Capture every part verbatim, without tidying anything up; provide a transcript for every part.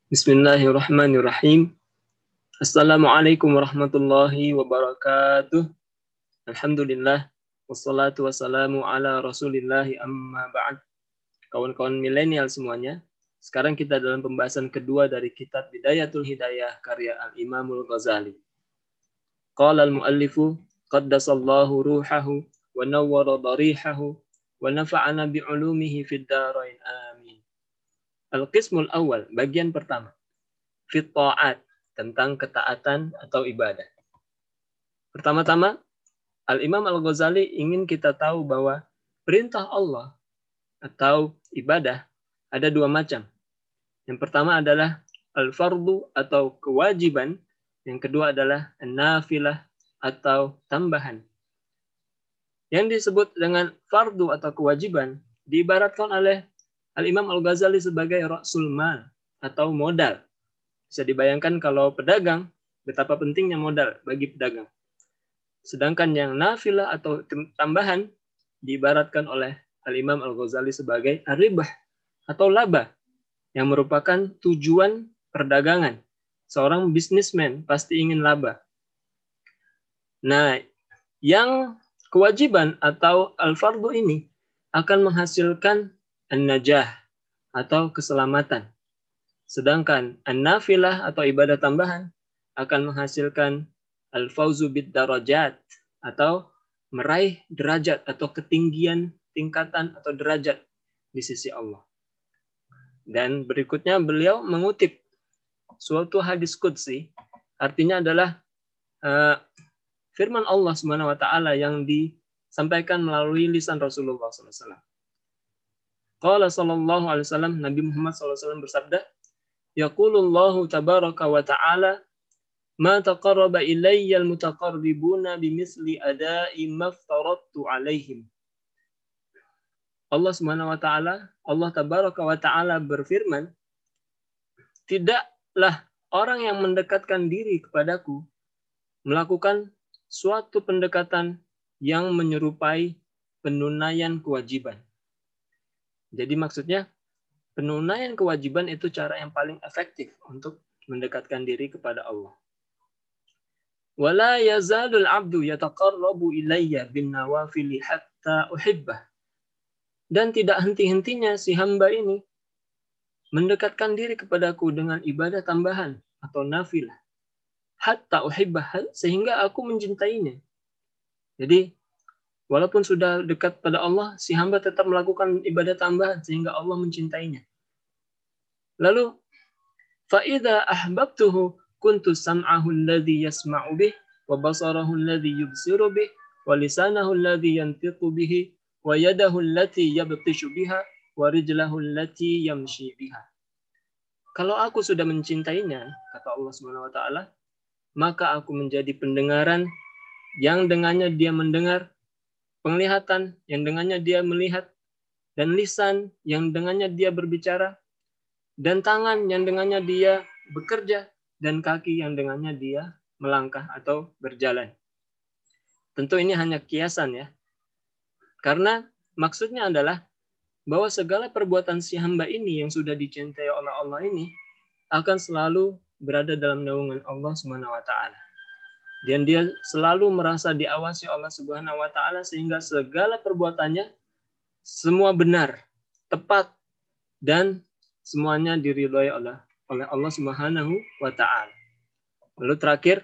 Bismillahirrahmanirrahim. Assalamualaikum warahmatullahi wabarakatuh. Alhamdulillah. Wassalatu wassalamu ala rasulillahi amma ba'd. Kawan-kawan milenial semuanya. Sekarang kita dalam pembahasan kedua dari kitab Bidayatul Hidayah karya Al-Imamul Ghazali. Qala al-muallifu qaddasallahu ruhahu wa nawwara darihahu wa nafa'ana bi'ulumihi fid darain amin. Al-qismul awal, bagian pertama. Fit ta'at, tentang ketaatan atau ibadah. Pertama-tama, Al-Imam Al-Ghazali ingin kita tahu bahwa perintah Allah atau ibadah ada dua macam. Yang pertama adalah al-fardu atau kewajiban. Yang kedua adalah an-nafilah atau tambahan. Yang disebut dengan fardu atau kewajiban diibaratkan oleh Al-Imam Al-Ghazali sebagai ra'sul mal atau modal. Bisa dibayangkan kalau pedagang, betapa pentingnya modal bagi pedagang. Sedangkan yang nafilah atau tambahan diibaratkan oleh Al-Imam Al-Ghazali sebagai ar-ribah atau laba, yang merupakan tujuan perdagangan. Seorang bisnismen pasti ingin laba. Nah, yang kewajiban atau al-fardu ini akan menghasilkan an-najah atau keselamatan. Sedangkan an-nafilah atau ibadah tambahan akan menghasilkan al-fauzu bid darajat atau meraih derajat atau ketinggian tingkatan atau derajat di sisi Allah. Dan berikutnya beliau mengutip suatu hadis qudsi, artinya adalah uh, firman Allah Subhanahu wa taala yang disampaikan melalui lisan Rasulullah sallallahu alaihi wasallam. Qala sallallahu alaihi wasallam, Nabi Muhammad sallallahu alaihi wasallam bersabda, yaqulullahu tabaraka wa ta'ala, ma taqarraba ilayya al-mutaqarribuna bimithli ada'i maftaradtu alaihim. Allah Subhanahu wa taala, Allah tabaraka wa ta'ala berfirman, tidaklah orang yang mendekatkan diri kepadaku melakukan suatu pendekatan yang menyerupai penunaian kewajiban. Jadi maksudnya penunaian kewajiban itu cara yang paling efektif untuk mendekatkan diri kepada Allah. Wala yazalul abdu yataqarrabu ilayya bin nawafili hatta uhibbah. Dan tidak henti-hentinya si hamba ini mendekatkan diri kepadaku dengan ibadah tambahan atau nafilah. Hatta uhibbah, sehingga aku mencintainya. Jadi walaupun sudah dekat pada Allah, si hamba tetap melakukan ibadah tambahan sehingga Allah mencintainya. Lalu, فَإِذَا أَحْبَبْتُهُ كُنْتُ سَمْعَهُ الَّذِي يَسْمَعُ بِهِ وَبَصَرَهُ الَّذِي يُبْصِرُ بِهِ وَلِسَانَهُ الَّذِي يَنْطِقُ بِهِ وَيَدَهُ الَّتِي يَبْطِشُ بِهَا وَرِجْلَهُ الَّتِي يَمْشِي بِهَا. Kalau aku sudah mencintainya, kata Allah Subhanahu wa taala, maka aku menjadi pendengaran yang dengannya dia mendengar, penglihatan yang dengannya dia melihat, dan lisan yang dengannya dia berbicara, dan tangan yang dengannya dia bekerja, dan kaki yang dengannya dia melangkah atau berjalan. Tentu ini hanya kiasan ya. Karena maksudnya adalah bahwa segala perbuatan si hamba ini yang sudah dicintai oleh Allah ini akan selalu berada dalam naungan Allah Subhanahu wa taala. Dan dia selalu merasa diawasi Allah Subhanahu wa taala sehingga segala perbuatannya semua benar, tepat, dan semuanya diridhoi oleh oleh Allah Subhanahu wa taala. Lalu terakhir,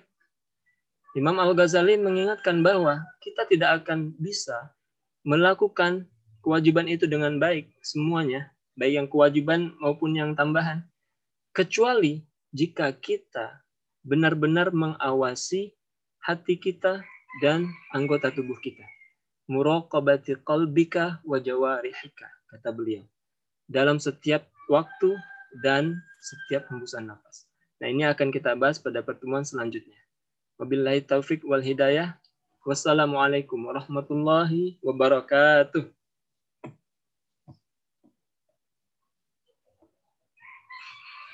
Imam Al-Ghazali mengingatkan bahwa kita tidak akan bisa melakukan kewajiban itu dengan baik semuanya, baik yang kewajiban maupun yang tambahan, kecuali jika kita benar-benar mengawasi hati kita dan anggota tubuh kita. Muraqabati qalbika wa jawarihika, kata beliau. Dalam setiap waktu dan setiap hembusan nafas. Nah, ini akan kita bahas pada pertemuan selanjutnya. Wabillahi taufik wal hidayah. Wassalamualaikum warahmatullahi wabarakatuh.